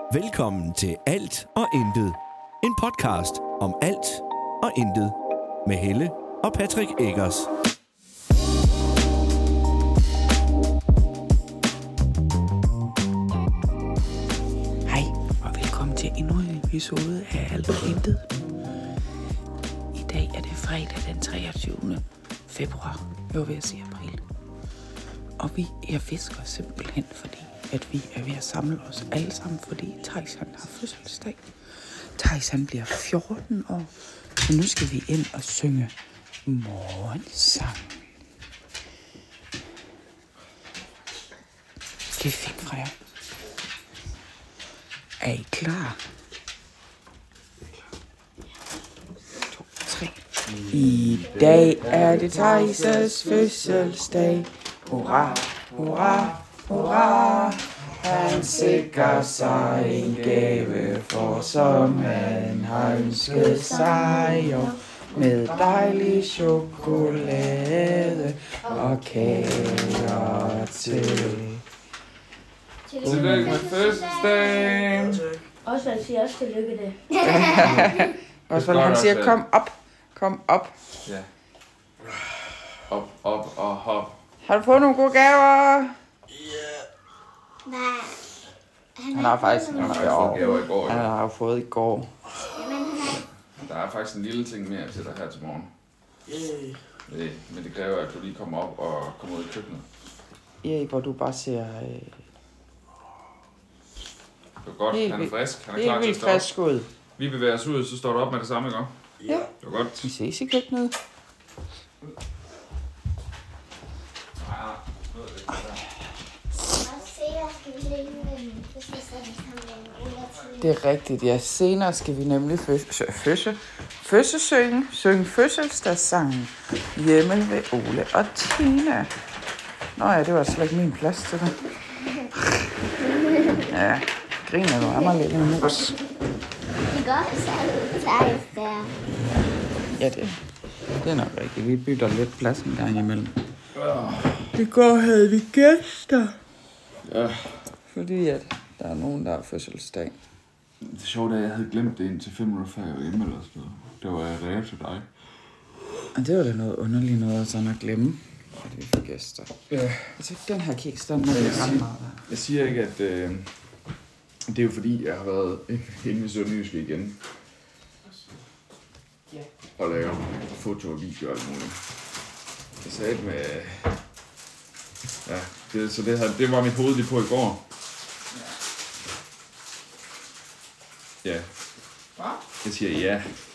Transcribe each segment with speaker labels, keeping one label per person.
Speaker 1: Velkommen til Alt og Intet. En podcast om alt og intet. Med Helle og Patrick Eggers.
Speaker 2: Hej og velkommen til endnu en episode af Alt og Intet. I dag er det fredag den 23. februar. Jeg var ved at sige april. Og jeg fisker simpelthen, fordi at vi er ved at samle os alle sammen, fordi Thijs han har fødselsdag. Thijs han bliver 14 år, så nu skal vi ind og synge morgensang. Det er fint fra jer. Er I klar? 2, 3. I dag er det Thijs' fødselsdag. Hurra, hurra, hurra. Han sikrer sig en gave, for som han har ønsket sig, og med dejlig chokolade og kager til.
Speaker 3: Tillykke med fødselsdagen.
Speaker 4: Osvald siger også tillykke det.
Speaker 2: Osvald han siger, kom op, kom op.
Speaker 3: Ja. Op, op og hop.
Speaker 2: Har du fået nogle gode gaver?
Speaker 4: Nej.
Speaker 2: Han har faktisk
Speaker 3: Jeg har faktisk fået gaver i går.
Speaker 2: Han
Speaker 3: Ja.
Speaker 2: har fået i går.
Speaker 3: Der er faktisk en lille ting mere til dig her til morgen. Men det kræver, at du lige kommer op og kommer ud i køkkenet.
Speaker 2: Erik, hvor du bare ser
Speaker 3: Det er godt,
Speaker 2: Helt
Speaker 3: han er frisk. Han er klar
Speaker 2: helt
Speaker 3: til at
Speaker 2: vildt
Speaker 3: stå op.
Speaker 2: frisk ud.
Speaker 3: Vi bevæger os ud, så står du op med det samme, ikke?
Speaker 2: Ja.
Speaker 3: Det var godt.
Speaker 2: Vi ses i køkkenet. Det er rigtigt, ja. Senere skal vi nemlig synge fødselsdagssangen hjemme ved Ole og Tina. Nå ja, det var slet ikke min plads til det. Ja, griner du af mig lidt nu også.
Speaker 4: Det går Thijs der.
Speaker 2: Ja, det er nok rigtigt. Vi bytter lidt plads en gang imellem. I går havde vi gæster.
Speaker 3: Ja.
Speaker 2: Fordi at der er nogen, der har fødselsdag.
Speaker 3: Det sjove er, at jeg havde glemt det indtil 5 minutter før jeg var hjemme eller sådan noget. Det var jeg ræve til dig.
Speaker 2: Og det var da noget underligt noget sådan at glemme, at vi får gæster.
Speaker 3: Ja.
Speaker 2: Altså, den her kiks, den er ret meget der.
Speaker 3: Jeg siger ikke, at det er jo fordi, jeg har været inde i Sønderjyske igen.
Speaker 2: Ja.
Speaker 3: Og lave foto og video og alt muligt. Jeg sagde det med... Ja, det var mit hoved lige på i går. Ja.
Speaker 2: Hvad?
Speaker 3: Jeg siger ja.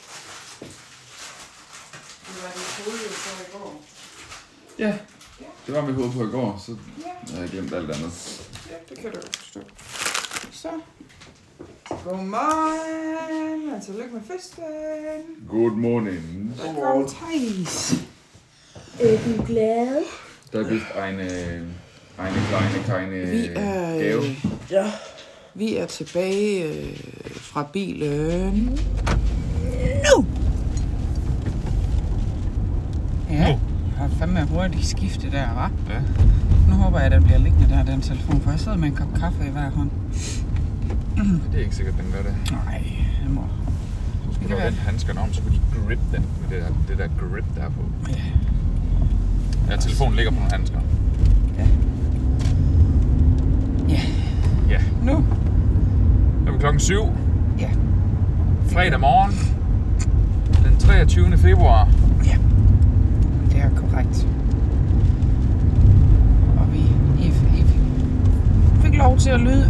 Speaker 2: Det var dit hoved på i går.
Speaker 3: Ja. Det var mit hoved på i går, så jeg har glemt alt andet.
Speaker 2: Ja, det kan du jo forstå. Så. Godmorgen, og tillykke med fødselsdagen.
Speaker 3: Good morning.
Speaker 2: Der kom Thijs.
Speaker 4: Er du glad?
Speaker 3: Der er vist keine
Speaker 2: Vi er,
Speaker 3: gave.
Speaker 2: ja. Vi er tilbage fra bilen. Nu! Ja, jeg har fandme hurtigt skiftet der, hva'?
Speaker 3: Ja.
Speaker 2: Nu håber jeg, at den bliver liggende der, den telefon, for jeg sidder med en kop kaffe i hver hånd.
Speaker 3: Det er ikke sikkert, den gør det.
Speaker 2: Nej, det må...
Speaker 3: Så skulle du vende handskerne om, så kunne de grip den med det der grip der på.
Speaker 2: Ja.
Speaker 3: Ja, telefonen ligger på nogle handsker.
Speaker 2: Ja. Ja.
Speaker 3: Ja.
Speaker 2: Nu?
Speaker 3: Det er klokken 7.
Speaker 2: Ja.
Speaker 3: Fredag morgen. Den 23. februar.
Speaker 2: Ja. Det er korrekt. Og vi fik lov til at nyde...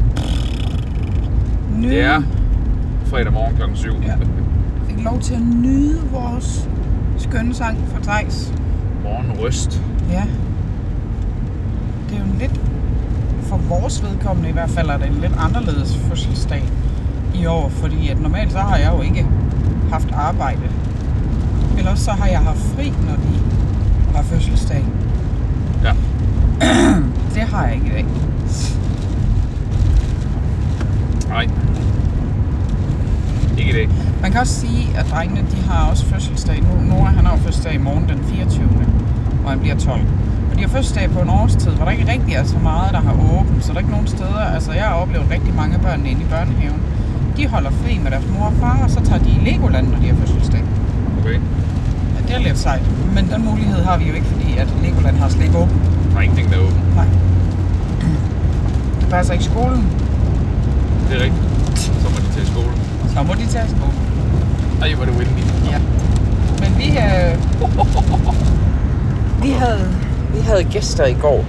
Speaker 3: Det er fredag morgen klokken 7.
Speaker 2: Ja. Fik lov til at nyde vores skønne sang fra Thijs.
Speaker 3: Morgenryst.
Speaker 2: Ja. Det er jo en lidt, for vores vedkommende i hvert fald, er det en lidt anderledes fødselsdag i år, fordi at normalt så har jeg jo ikke haft arbejde. Ellers så har jeg haft fri, når de har fødselsdag.
Speaker 3: Ja.
Speaker 2: Det har jeg ikke i dag.
Speaker 3: Nej. Ikke det.
Speaker 2: Man kan også sige, at drengene, de har også fødselsdag nu. Nora, han har jo fødselsdag i morgen den 24. Og han bliver 12. de har fødselsdag på en årstid, hvor der ikke rigtig er så meget, der har åbent. Så der er ikke nogen steder. Altså, jeg har oplevet rigtig mange børn inde i børnehaven. De holder fri med deres mor og far, og så tager de i Legoland, når de har fødselsdag.
Speaker 3: Okay.
Speaker 2: Ja, det er lidt sejt. Men den mulighed har vi jo ikke, fordi at Legoland har slet ikke åbent.
Speaker 3: Der er ingenting, der er åbent.
Speaker 2: Nej. Det passer ikke skolen.
Speaker 3: Det er rigtigt. Så må de tage i skole.
Speaker 2: Så må de tage i skole.
Speaker 3: Ej, hvor er det windy.
Speaker 2: Ja. Men vi havde gæster i går.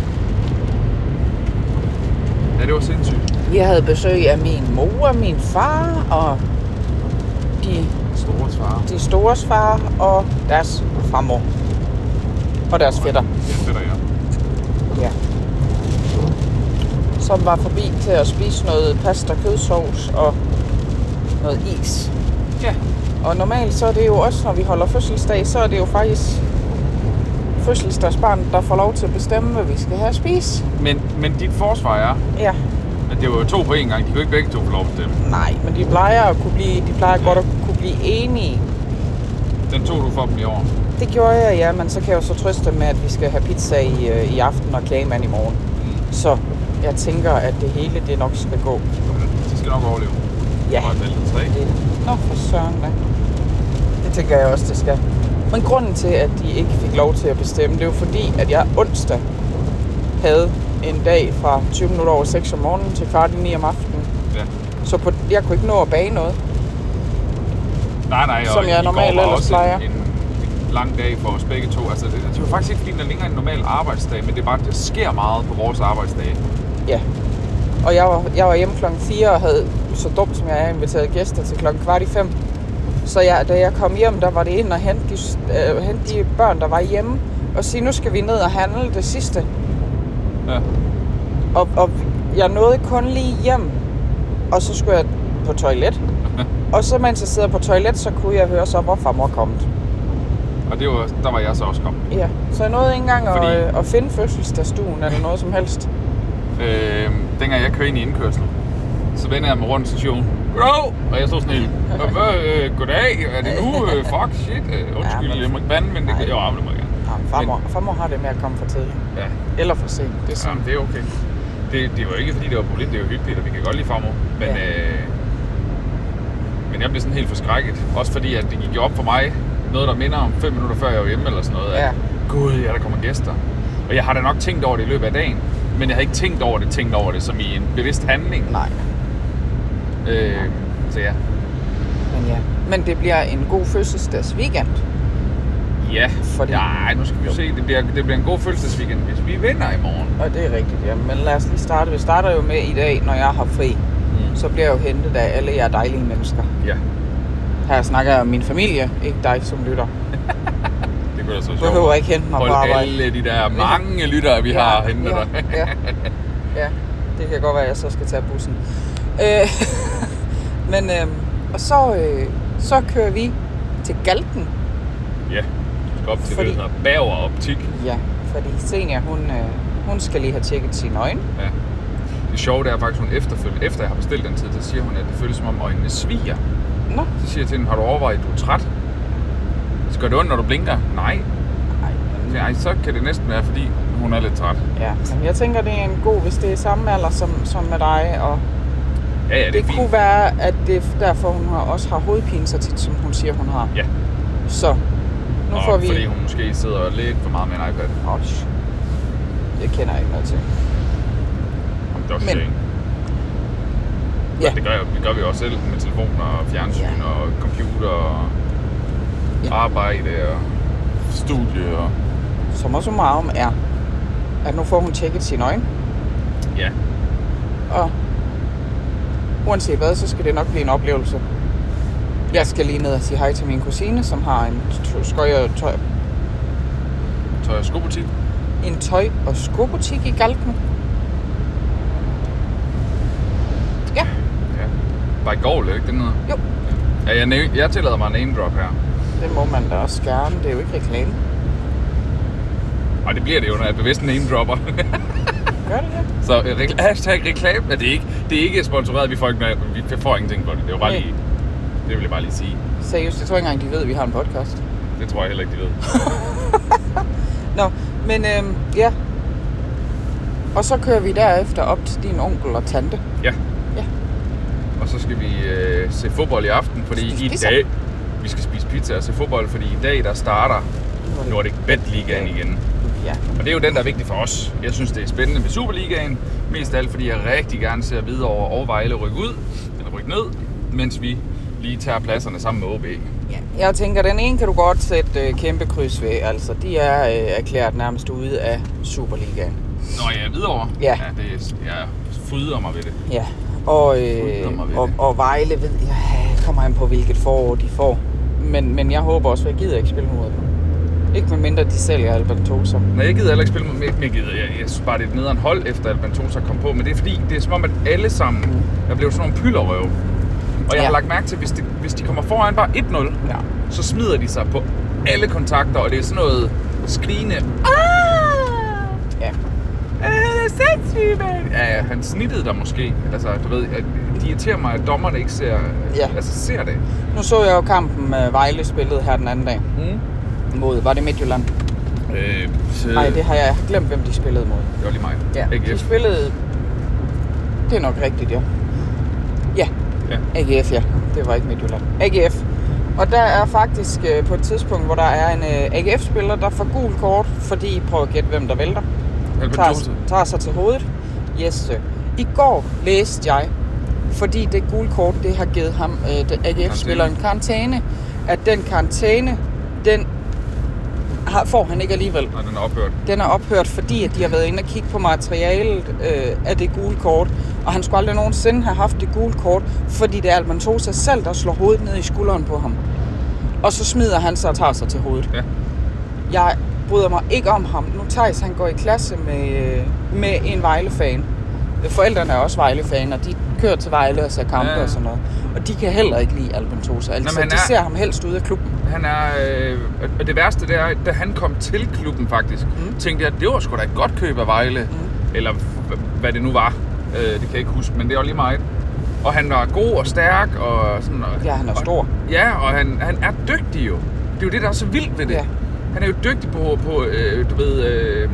Speaker 3: Ja, det var sindssygt.
Speaker 2: Vi havde besøg af min mor og min far og de stores far og deres farmor. Og deres fætter.
Speaker 3: Ja, fætter, ja.
Speaker 2: Ja. Som var forbi til at spise noget pasta, kødsovs og noget is.
Speaker 3: Ja.
Speaker 2: Og normalt så er det jo også, når vi holder fødselsdag, så er det jo faktisk fødselsdagsbarnet, der får lov til at bestemme, hvad vi skal have at spise.
Speaker 3: Men dit forsvar er,
Speaker 2: Ja.
Speaker 3: at det var jo 2 på en gang. De kunne ikke begge 2 få lov at bestemme.
Speaker 2: Nej, men de plejer godt at kunne blive enige.
Speaker 3: Den tog du for dem i år.
Speaker 2: Det gjorde jeg, ja, men så kan jeg jo så trøste med, at vi skal have pizza i aften og kagemand i morgen. Så jeg tænker, at det hele det nok skal gå.
Speaker 3: De skal nok overleve.
Speaker 2: Ja.
Speaker 3: Og et 3.
Speaker 2: Nå, for søren da. Det tænker jeg også, det skal. Men grunden til, at de ikke fik lov til at bestemme, det er jo fordi, at jeg onsdag havde en dag fra 20 minutter over 6 om morgenen til 8:15 om aftenen.
Speaker 3: Ja.
Speaker 2: Så jeg kunne ikke nå at bage noget.
Speaker 3: Nej,
Speaker 2: som jeg normalt ellers plejer.
Speaker 3: En lang dag for os begge to. Altså, det er jo faktisk ikke, fordi den er længere en normal arbejdsdag, men det er bare, det sker meget på vores arbejdsdag.
Speaker 2: Ja. Og jeg var hjemme klokken 4 og havde, så dumt som jeg er, inviteret gæster til klokken 4:15. Så da jeg kom hjem, der var det ind og hente de børn, der var hjemme, og sige, nu skal vi ned og handle det sidste.
Speaker 3: Ja.
Speaker 2: Og jeg nåede kun lige hjem, og så skulle jeg på toilet. Og så mens jeg sidder på toilet, så kunne jeg høre så, hvor farmor er kommet.
Speaker 3: Og der var jeg så også kommet.
Speaker 2: Ja, så jeg nåede ikke engang at finde fødselsdagsstuen eller noget som helst.
Speaker 3: Dengang jeg kører ind i indkørslen, så vender jeg mig rundt stationen. Goddag! Og jeg stod sådan helt, goddag, er det nu? Fuck, shit. Undskyld, jeg må ikke bande, men det må jeg gerne.
Speaker 2: Farmor har det med at komme for tidligt.
Speaker 3: Ja.
Speaker 2: Eller for sent. Det er sådan.
Speaker 3: Jamen, det er okay. Det var ikke fordi, det var problem, det var hyggeligt, og vi kan godt lide farmor. Men,
Speaker 2: ja.
Speaker 3: Men jeg blev sådan helt forskrækket. Også fordi, at det gik op for mig, noget der minder om 5 minutter før jeg var hjemme eller sådan noget.
Speaker 2: Ja.
Speaker 3: At, gud, ja, der kommer gæster. Og jeg har da nok tænkt over det i løbet af dagen. Men jeg har ikke tænkt over det som i en bevidst handling.
Speaker 2: Nej.
Speaker 3: Så ja.
Speaker 2: Men det bliver en god fødselsdagsweekend.
Speaker 3: Ja, nej, nu skal vi se. Det bliver en god fødselsdagsweekend, hvis vi vinder i morgen.
Speaker 2: Og det er rigtigt, ja. Men lad os lige starte. Vi starter jo med i dag, når jeg har fri. Så bliver jeg jo hentet af alle jer dejlige mennesker.
Speaker 3: Ja.
Speaker 2: Her snakker jeg om min familie, ikke dig som lytter.
Speaker 3: Det kunne da så sjovt.
Speaker 2: Du behøver ikke hente mig på arbejde.
Speaker 3: Alle de der mange lyttere, vi har hentet dig.
Speaker 2: Ja, det kan godt være, at jeg så skal tage bussen. Men så kører vi til Galten.
Speaker 3: Ja, du skal op til det, der hedder Bauer Optik.
Speaker 2: Ja, fordi Senior, hun skal lige have tjekket sine øjne.
Speaker 3: Ja. Det sjove er faktisk, hun efterfølgende, efter jeg har bestilt den tid, så siger hun, at det føles som om øjnene sviger.
Speaker 2: Nå.
Speaker 3: Så siger jeg til hende, har du overvejet, at du er træt? Skal det ondt, når du blinker? Nej. Nej, så kan det næsten være, fordi hun er lidt træt.
Speaker 2: Ja, men jeg tænker, det er en god, hvis det er samme alder som med dig. Og
Speaker 3: ja, det
Speaker 2: kunne
Speaker 3: fint.
Speaker 2: være, at det er derfor, hun også har hovedpine så tit, som hun siger, hun har.
Speaker 3: Ja.
Speaker 2: Så nu får vi...
Speaker 3: fordi hun måske sidder lidt for meget med en iPad.
Speaker 2: Det kender jeg ikke noget til.
Speaker 3: Det er også
Speaker 2: men...
Speaker 3: Ja. Det gør vi også selv med telefoner og fjernsyn og computer og arbejde og studie og...
Speaker 2: Summa summarum er, at nu får hun tjekket sine øjne.
Speaker 3: Ja.
Speaker 2: Og uanset hvad, så skal det nok blive en oplevelse. Jeg skal lige ned og sige hej til min kusine, som har en tøj
Speaker 3: og skobutik.
Speaker 2: En tøj- og skobutik i Galten. Ja.
Speaker 3: Bare i går, ikke den hedder?
Speaker 2: Jo.
Speaker 3: Ja, jeg tillader mig en name drop her.
Speaker 2: Det må man da også gerne. Det er jo ikke reklame.
Speaker 3: Og det bliver det jo, når jeg bevidst name dropper.
Speaker 2: Gør det det?
Speaker 3: Så hashtag reklame. Ja, det er ikke sponsoreret. Vi får ingenting for det. Det er jo bare lige... Det vil jeg bare lige sige.
Speaker 2: Seriøst, jeg tror ikke engang, de ved, at vi har en podcast.
Speaker 3: Det tror jeg heller ikke, de ved.
Speaker 2: Nå, Men ja. Og så kører vi derefter op til din onkel og tante.
Speaker 3: Ja.
Speaker 2: Ja.
Speaker 3: Og så skal vi se fodbold i aften, fordi i dag... Vi skal spise pizza og se fodbold, fordi i dag der starter Nordic Bet Ligaen igen.
Speaker 2: Ja.
Speaker 3: Og det er jo den, der er vigtig for os. Jeg synes, det er spændende med Superligaen. Mest af alt, fordi jeg rigtig gerne ser Hvidovre og Vejle rykke ud, eller rykke ned, mens vi lige tager pladserne sammen med OB.
Speaker 2: Ja, jeg tænker, den ene kan du godt sætte kæmpe kryds ved. Altså, de er erklæret nærmest ude af Superligaen.
Speaker 3: Nå ja, Hvidovre?
Speaker 2: Ja.
Speaker 3: Jeg fryder mig ved det.
Speaker 2: Ja, og Vejle ved jeg, kommer han på hvilket forår de får. Men jeg håber også, at jeg gider ikke spille mod dem. Ikke med mindre de sælger Alban Tosa.
Speaker 3: Nej, jeg gider heller ikke spille med dem. Jeg synes bare, det er et nederen hold, efter Alban Tosa kom på. Men det er fordi, det er som om, at alle sammen er blevet sådan nogle pylderrøv. Og jeg har lagt mærke til, hvis de kommer foran bare 1-0, så smider de sig på alle kontakter, og det er sådan noget skrigende.
Speaker 2: Ja.
Speaker 3: Sindssygt, mand! Ja, han snittede der måske. Altså, du ved, de irriterer mig, at dommerne ikke ser det.
Speaker 2: Nu så jeg jo kampen med Vejle spillet her den anden dag. Mod, var det Midtjylland? Nej, det har jeg glemt, hvem de spillede mod.
Speaker 3: Det var lige mig.
Speaker 2: Ja,
Speaker 3: AGF.
Speaker 2: de spillede... Det er nok rigtigt, ja. Ja, AGF, ja. Det var ikke Midtjylland. AGF. Og der er faktisk på et tidspunkt, hvor der er en AGF-spiller, der får gul kort, fordi, prøv at gætte, hvem der vælter. Tager sig til hovedet. Yes. I går læste jeg, fordi det gule kort, det har givet ham, AGF-spilleren, karantæne, at den karantæne, den får han ikke alligevel.
Speaker 3: Nej, den er ophørt.
Speaker 2: Den er ophørt, fordi at de har været inde og kigge på materialet af det gule kort. Og han skulle aldrig nogensinde have haft det gule kort, fordi det er Alban Tosa selv, der slår hovedet ned i skulderen på ham. Og så smider han sig og tager sig til hovedet. Ja. Jeg bryder mig ikke om ham. Nu Thijs, han går i klasse med en Vejle-fan. Forældrene er også Vejle-fan, og de kører til Vejle og ser kampe og sådan noget. Og de kan heller ikke lide Alban Tosa. Altså, de ser ham helst ude af klubben.
Speaker 3: Han er... Og det værste, det er, da han kom til klubben faktisk, tænkte jeg, at det var sgu da et godt køb af Vejle. Eller hvad det nu var. Det kan jeg ikke huske, men det var lige meget. Og han var god og stærk og sådan...
Speaker 2: Ja, han er stor.
Speaker 3: Ja, og han er dygtig jo. Det er jo det, der er så vildt ved det. Ja. Han er jo dygtig på du ved...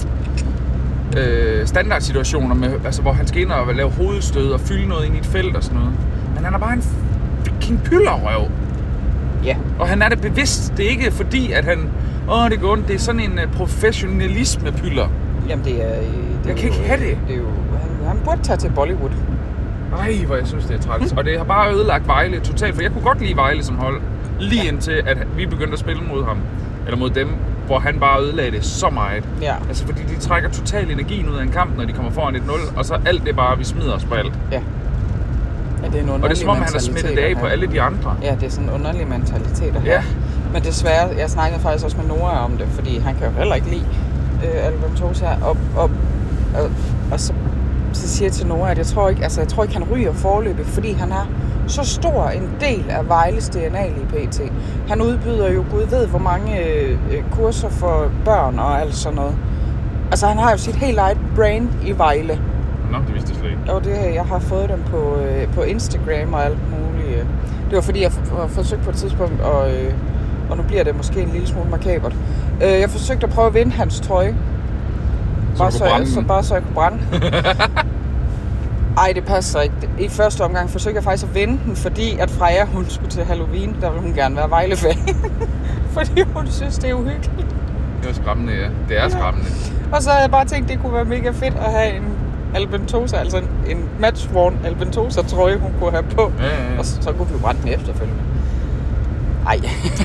Speaker 3: standardsituationer, med, altså, hvor han skal ind og lave hovedstød og fylde noget ind i et felt og sådan noget. Men han er bare en fucking pyllerrøv.
Speaker 2: Ja. Og
Speaker 3: han er det bevidst. Det er ikke fordi, at han... det går ondt. Det er sådan en professionalisme-pyller.
Speaker 2: Jamen, det er...
Speaker 3: Jeg kan ikke have det.
Speaker 2: Det er jo... Han burde tage til Bollywood.
Speaker 3: Ej, hvor jeg synes, det er træls. Og det har bare ødelagt Vejle totalt, for jeg kunne godt lide Vejle som hold. Lige indtil, at vi begyndte at spille mod ham. Eller mod dem, hvor han bare ødelagde det så meget.
Speaker 2: Ja.
Speaker 3: Altså, fordi de trækker total energien ud af en kamp, når de kommer foran 1-0, og så alt det bare, vi smider os på alt.
Speaker 2: Ja. Ja, det er en underlig.
Speaker 3: Og det er som om, han har smittet det af på alle de andre.
Speaker 2: Ja, det er sådan en underlig mentalitet her. Ja. Men desværre, jeg snakkede faktisk også med Nora om det, fordi han kan jo heller ikke lide Alban Tosa. Og så siger jeg til Nora, at jeg tror ikke, han ryger forløbet, fordi han er så stor en del af Vejles DNA lige pt. Han udbyder jo Gud ved, hvor mange kurser for børn og alt sådan noget. Altså, han har jo sit helt eget brand i Vejle.
Speaker 3: Nå, det vidste jeg slet ikke.
Speaker 2: Og jeg har fået dem på Instagram og alt muligt. Det var fordi, jeg forsøgte på et tidspunkt, og nu bliver det måske en lille smule makabert. Jeg forsøgte at prøve at vinde hans trøje. Bare så jeg kunne brænde. Ej, det passer ikke. I første omgang forsøgte jeg faktisk at vinde den, fordi at Freja, hun skulle til Halloween, der ville hun gerne være Vejle-fan. Fordi hun synes, det er uhyggeligt.
Speaker 3: Det er skræmmende, ja. Det er skræmmende.
Speaker 2: Og så havde jeg bare tænkt, det kunne være mega fedt at have en Alban Tosa, altså en match-worn Alban Tosa-trøje, hun kunne have på. Ja. Og så kunne vi jo brænde den efterfølgende. Ej.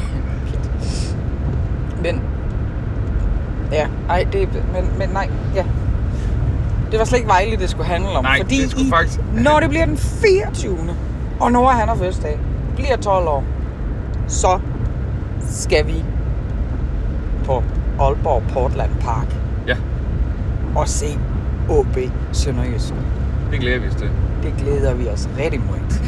Speaker 2: Men... Ja, ej, men nej, ja. Det var slet ikke Vejle, det skulle handle om.
Speaker 3: Nej,
Speaker 2: fordi
Speaker 3: det skulle faktisk...
Speaker 2: når det bliver den 24. og Nora han har fødselsdag, bliver 12 år, så skal vi på Aalborg Portland Park.
Speaker 3: Ja.
Speaker 2: Og se OB Sønderjysk.
Speaker 3: Det glæder vi os til.
Speaker 2: Det glæder vi os rigtig meget.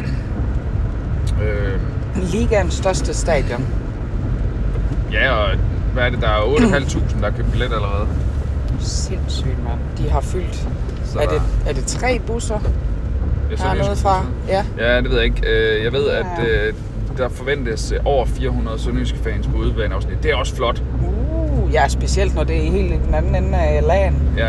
Speaker 2: Ligaens største stadion.
Speaker 3: Ja, og hvad er det? Der er 8.500, der har købt billet allerede.
Speaker 2: Sindssygt, mand. De har fyldt. Er det 3 busser? Der er noget fra?
Speaker 3: Ja, det ved jeg ikke. Jeg ved, at der forventes over 400 sønderjyske fans på udebaneafsnit. Det er også flot.
Speaker 2: Ja, specielt når det er helt i den anden ende af lagen.
Speaker 3: Ja.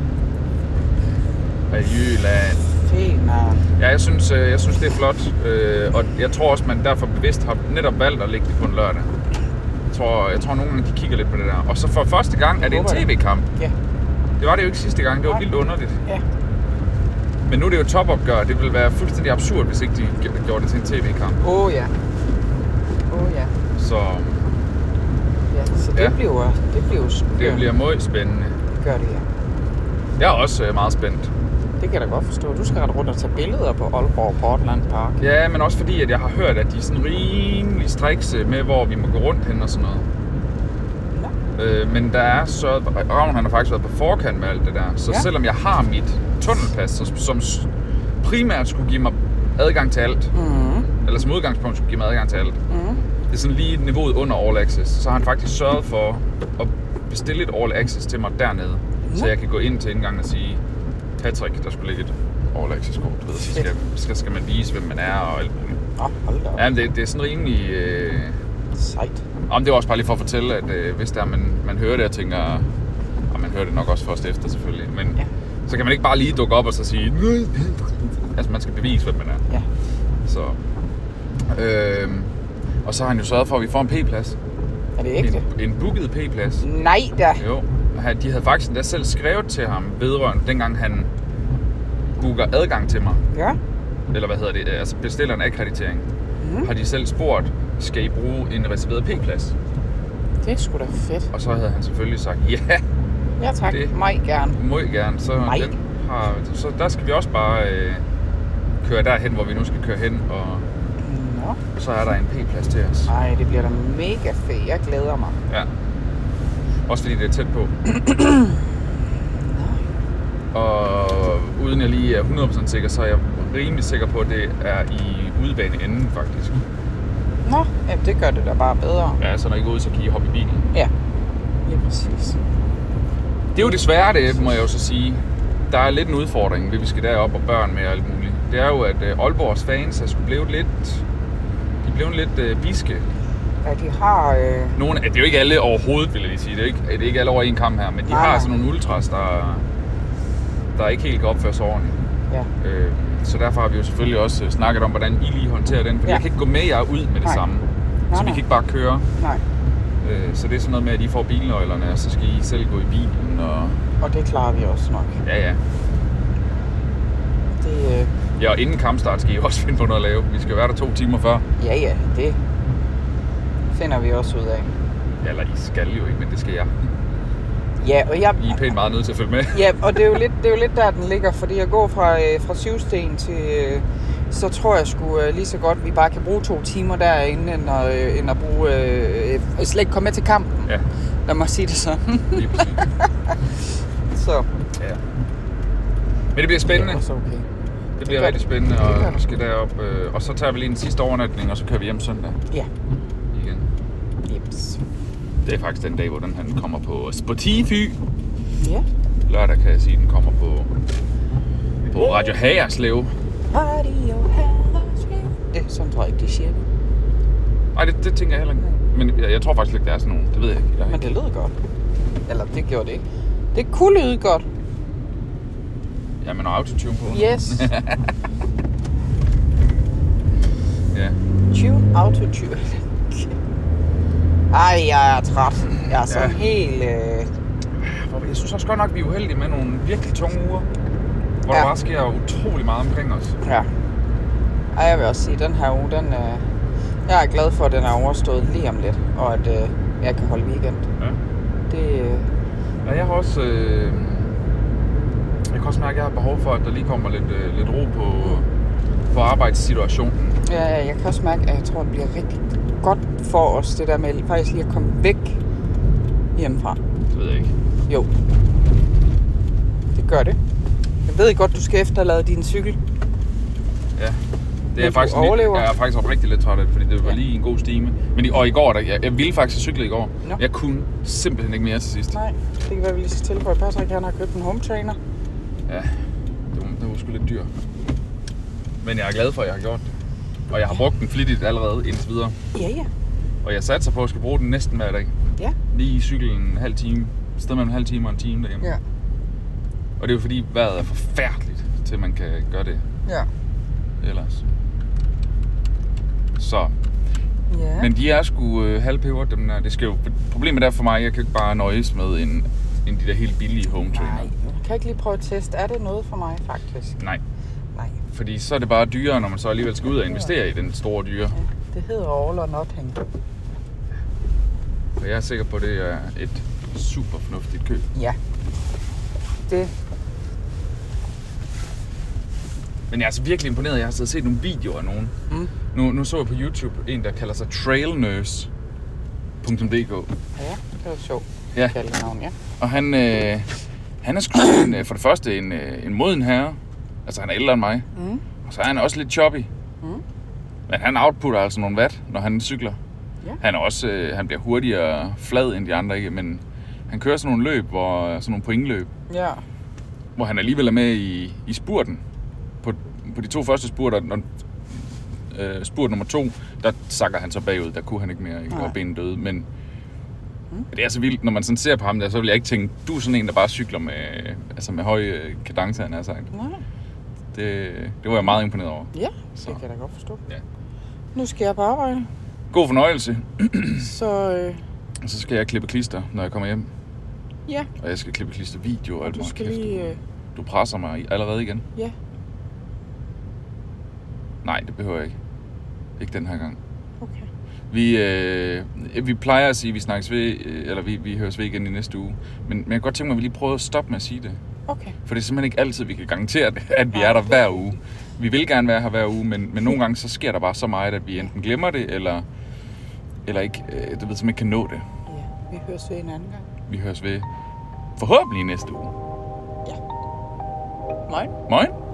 Speaker 3: Af Jylland.
Speaker 2: Fint.
Speaker 3: Ja, jeg synes, det er flot. Og jeg tror også, man derfor bevidst har netop valgt at lægge det på en lørdag. Jeg tror nogen de kigger lidt på det der. Og så for første gang er det en tv-kamp.
Speaker 2: Ja.
Speaker 3: Det var det jo ikke sidste gang. Det var vildt underligt.
Speaker 2: Ja.
Speaker 3: Men nu er det jo et topopgør. Det ville være fuldstændig absurd, hvis ikke de gjorde det til en tv-kamp.
Speaker 2: Ja.
Speaker 3: Så
Speaker 2: det bliver
Speaker 3: det bliver meget spændende.
Speaker 2: Det gør det, ja.
Speaker 3: Jeg er også meget spændt.
Speaker 2: Det kan jeg da godt forstå. Du skal ret rundt og tage billeder på Aalborg Portland Park.
Speaker 3: Ja, men også fordi, at jeg har hørt, at de er sådan rimelig strikse med, hvor vi må gå rundt hen og sådan noget. Men der er så... Ravn han har faktisk været på forkant med alt det der. Så selvom jeg har mit tunnelpas, som primært skulle give mig adgang til alt, eller som udgangspunkt skulle give mig adgang til alt, det er sådan lige niveauet under All Access, så har han faktisk sørget for at bestille et All Access til mig dernede, så jeg kan gå ind til indgangen og sige, Patrick, der skulle ligge et All Access-kort, du ved, så skal man vise, hvem man er og alt muligt.
Speaker 2: Hold da op.
Speaker 3: Ja, men det er sådan rimelig...
Speaker 2: Sejt.
Speaker 3: Om det var også bare lige for at fortælle, at hvis der man hører det og tænker, og man hører det nok også først efter selvfølgelig, men så kan man ikke bare lige dukke op og så sige, altså man skal bevise, hvem man er.
Speaker 2: Ja.
Speaker 3: Så, og så har han jo sørget for, at vi får en P-plads.
Speaker 2: Er det ægte?
Speaker 3: En booket P-plads.
Speaker 2: Nej da.
Speaker 3: Jo, de havde faktisk endda selv skrevet til ham vedrørende, dengang han booker adgang til mig.
Speaker 2: Ja.
Speaker 3: Eller hvad hedder det, altså bestiller en akkreditering. Har de selv spurgt, skal I bruge en reserveret P-plads?
Speaker 2: Det er sgu da fedt.
Speaker 3: Og så havde han selvfølgelig sagt,
Speaker 2: ja tak, mig gerne.
Speaker 3: Meget gerne. Så der skal vi også bare køre derhen, hvor vi nu skal køre hen, og så er der en P-plads til os.
Speaker 2: Ej, det bliver da mega fedt. Jeg glæder mig.
Speaker 3: Ja. Også fordi det er tæt på. Og uden jeg lige er 100% sikker, så er jeg rimelig sikker på, at det er i udebaneenden faktisk.
Speaker 2: Nå, jamen det gør det da bare bedre.
Speaker 3: Ja, så når I går ud, så kan I hoppe i bilen.
Speaker 2: Ja, lige præcis.
Speaker 3: Det er jo desværre det, må jeg jo så sige. Der er lidt en udfordring, hvis vi skal derop og børn med og alt muligt. Det er jo, at Aalborgs fans er blevet lidt biske.
Speaker 2: Ja, de har...
Speaker 3: Det er jo ikke alle overhovedet, vil jeg lige sige. Det er ikke alle over en kamp her, men de har sådan nogle ultras, der ikke helt kan opføre sig ordentligt.
Speaker 2: Ja.
Speaker 3: Så derfor har vi jo selvfølgelig også snakket om, hvordan I lige håndterer den. For jeg kan ikke gå med jer ud med det samme. Så vi kan ikke bare køre. Nej. Så det er sådan noget med, at I får bilnøglerne, og så skal I selv gå i bilen.
Speaker 2: Og det klarer vi også nok.
Speaker 3: Ja. Ja, og inden kampstart skal I også finde på noget at lave. Vi skal være der 2 timer før.
Speaker 2: Ja, det finder vi også ud af.
Speaker 3: Ja, eller I skal jo ikke, men det skal jeg.
Speaker 2: Ja, og jeg...
Speaker 3: I er pænt meget nødt til at følge med.
Speaker 2: Ja, og det er jo lidt der, den ligger, fordi jeg går fra Syvsten til... Så tror jeg sgu lige så godt, vi bare kan bruge 2 timer derinde, end at bruge... slet ikke komme med til kampen. Ja. Lad mig sige det sådan.
Speaker 3: Lige præcis.
Speaker 2: Så.
Speaker 3: Ja. Men det bliver spændende.
Speaker 2: Det er også okay.
Speaker 3: Det bliver rigtig spændende, og vi skal derop. Og så tager vi lige en sidste overnatning, og så kører vi hjem søndag.
Speaker 2: Ja.
Speaker 3: Igen.
Speaker 2: Jeps.
Speaker 3: Det er faktisk den dag, hvor han kommer på Spotify.
Speaker 2: Ja.
Speaker 3: Lørdag kan jeg sige, den kommer på Radio Hagerslev.
Speaker 2: Radio Hagerslev. Det er sådan, tror jeg ikke, de siger det.
Speaker 3: Nej, det tænker jeg heller ikke. Men jeg tror faktisk ikke, der er sådan nogen. Det ved jeg ikke.
Speaker 2: Men det lød godt. Eller det gjorde det ikke. Det kunne lyde godt.
Speaker 3: Ja, men autotune på.
Speaker 2: Yes.
Speaker 3: Ja.
Speaker 2: Tune, autotune. Ej, jeg er træt. Jeg er sådan helt...
Speaker 3: Jeg synes også godt nok, vi er uheldige med nogle virkelig tunge uger. Hvor der bare sker utrolig meget omkring os.
Speaker 2: Ja. Ej, jeg vil også sige, at den her uge, jeg er glad for, at den er overstået lige om lidt. Og at jeg kan holde weekend.
Speaker 3: Ja.
Speaker 2: Det...
Speaker 3: Ja, jeg har også... Jeg kan også mærke, at jeg har behov for, at der lige kommer lidt ro på arbejdssituationen.
Speaker 2: Ja, jeg kan også mærke, at jeg tror, det bliver rigtig godt for os, det der med faktisk lige at komme væk hjemmefra.
Speaker 3: Det ved jeg ikke.
Speaker 2: Jo. Det gør det. Jeg ved godt, du skal efterlade din cykel.
Speaker 3: Ja. Det er faktisk jeg er faktisk rigtig lidt træt af det, fordi det var lige en god stime. Men i går, jeg ville faktisk cykle i går. No. Jeg kunne simpelthen ikke mere til sidst.
Speaker 2: Nej, det kan være, vi lige skal tilføje. Patrick, han har købt en home trainer.
Speaker 3: Ja, det var sgu lidt dyr. Men jeg er glad for, at jeg har gjort det. Og jeg har brugt den flittigt allerede indtil videre.
Speaker 2: Ja.
Speaker 3: Og jeg satser på, at jeg skal bruge den næsten hver dag.
Speaker 2: Ja.
Speaker 3: Lige cykle en halv time. Et sted mellem en halv time og en time derhjemme.
Speaker 2: Ja.
Speaker 3: Og det er jo fordi vejret er forfærdeligt, til man kan gøre det
Speaker 2: Ja.
Speaker 3: ellers. Så.
Speaker 2: Ja.
Speaker 3: Men de er sgu halvpeber, dem der. Det skal jo, problemet er for mig, jeg kan ikke bare nøjes med en de der helt billige home trainer.
Speaker 2: Nej, jeg kan ikke lige prøve at teste. Er det noget for mig, faktisk?
Speaker 3: Nej.
Speaker 2: Nej.
Speaker 3: Fordi så er det bare dyrere, når man så alligevel skal ud og investere i den store dyre.
Speaker 2: Ja, det hedder all or nothing.
Speaker 3: Og jeg er sikker på, at det er et super fornuftigt køb.
Speaker 2: Ja. Det.
Speaker 3: Men jeg er altså virkelig imponeret. Jeg har set nogle videoer af nogen. Nu så jeg på YouTube en, der kalder sig trailnurse.dk.
Speaker 2: Ja, det var sjovt.
Speaker 3: Ja.
Speaker 2: Kaldenavn, ja.
Speaker 3: Og han er sgu for det første en moden herre. Altså han er ældre end mig. Og så er han også lidt choppy. Men han outputter altså nogle watt, når han cykler.
Speaker 2: Ja.
Speaker 3: Han er også, han bliver hurtigere flad end de andre, ikke? Men han kører sådan nogle løb, sådan nogle pointløb,
Speaker 2: Ja.
Speaker 3: hvor han alligevel er med i spurten. På de 2 første spurter, spurt nummer 2, der sakker han så bagud. Der kunne han ikke mere, ikke? Og benen døde. Men det er så vildt, når man sådan ser på ham der, så vil jeg ikke tænke, du er sådan en, der bare cykler med høj kadence, han har sagt.
Speaker 2: Nej.
Speaker 3: Det var jeg meget imponeret over.
Speaker 2: Ja, det kan jeg da godt forstå.
Speaker 3: Ja.
Speaker 2: Nu skal jeg på arbejde.
Speaker 3: God fornøjelse.
Speaker 2: Så
Speaker 3: Og så skal jeg klippe klister, når jeg kommer hjem.
Speaker 2: ja,
Speaker 3: Og jeg skal klippe klister video og alt
Speaker 2: du
Speaker 3: muligt.
Speaker 2: skal
Speaker 3: Kæft,
Speaker 2: lige...
Speaker 3: du presser mig allerede igen.
Speaker 2: Ja.
Speaker 3: Nej, det behøver jeg ikke. Ikke den her gang.
Speaker 2: Okay.
Speaker 3: Vi plejer at sige, at vi snakkes ved, eller vi høres ved igen i næste uge. Men jeg kan godt tænke mig, at vi lige prøver at stoppe med at sige det.
Speaker 2: Okay.
Speaker 3: For det er simpelthen ikke altid, vi kan garantere det, at vi er der hver uge. Vi vil gerne være her hver uge, men nogle gange så sker der bare så meget, at vi enten glemmer det, eller ikke, simpelthen ikke kan nå det.
Speaker 2: Ja, vi høres ved en anden gang.
Speaker 3: Vi høres ved forhåbentlig næste uge.
Speaker 2: Ja. Moin.
Speaker 3: Moin.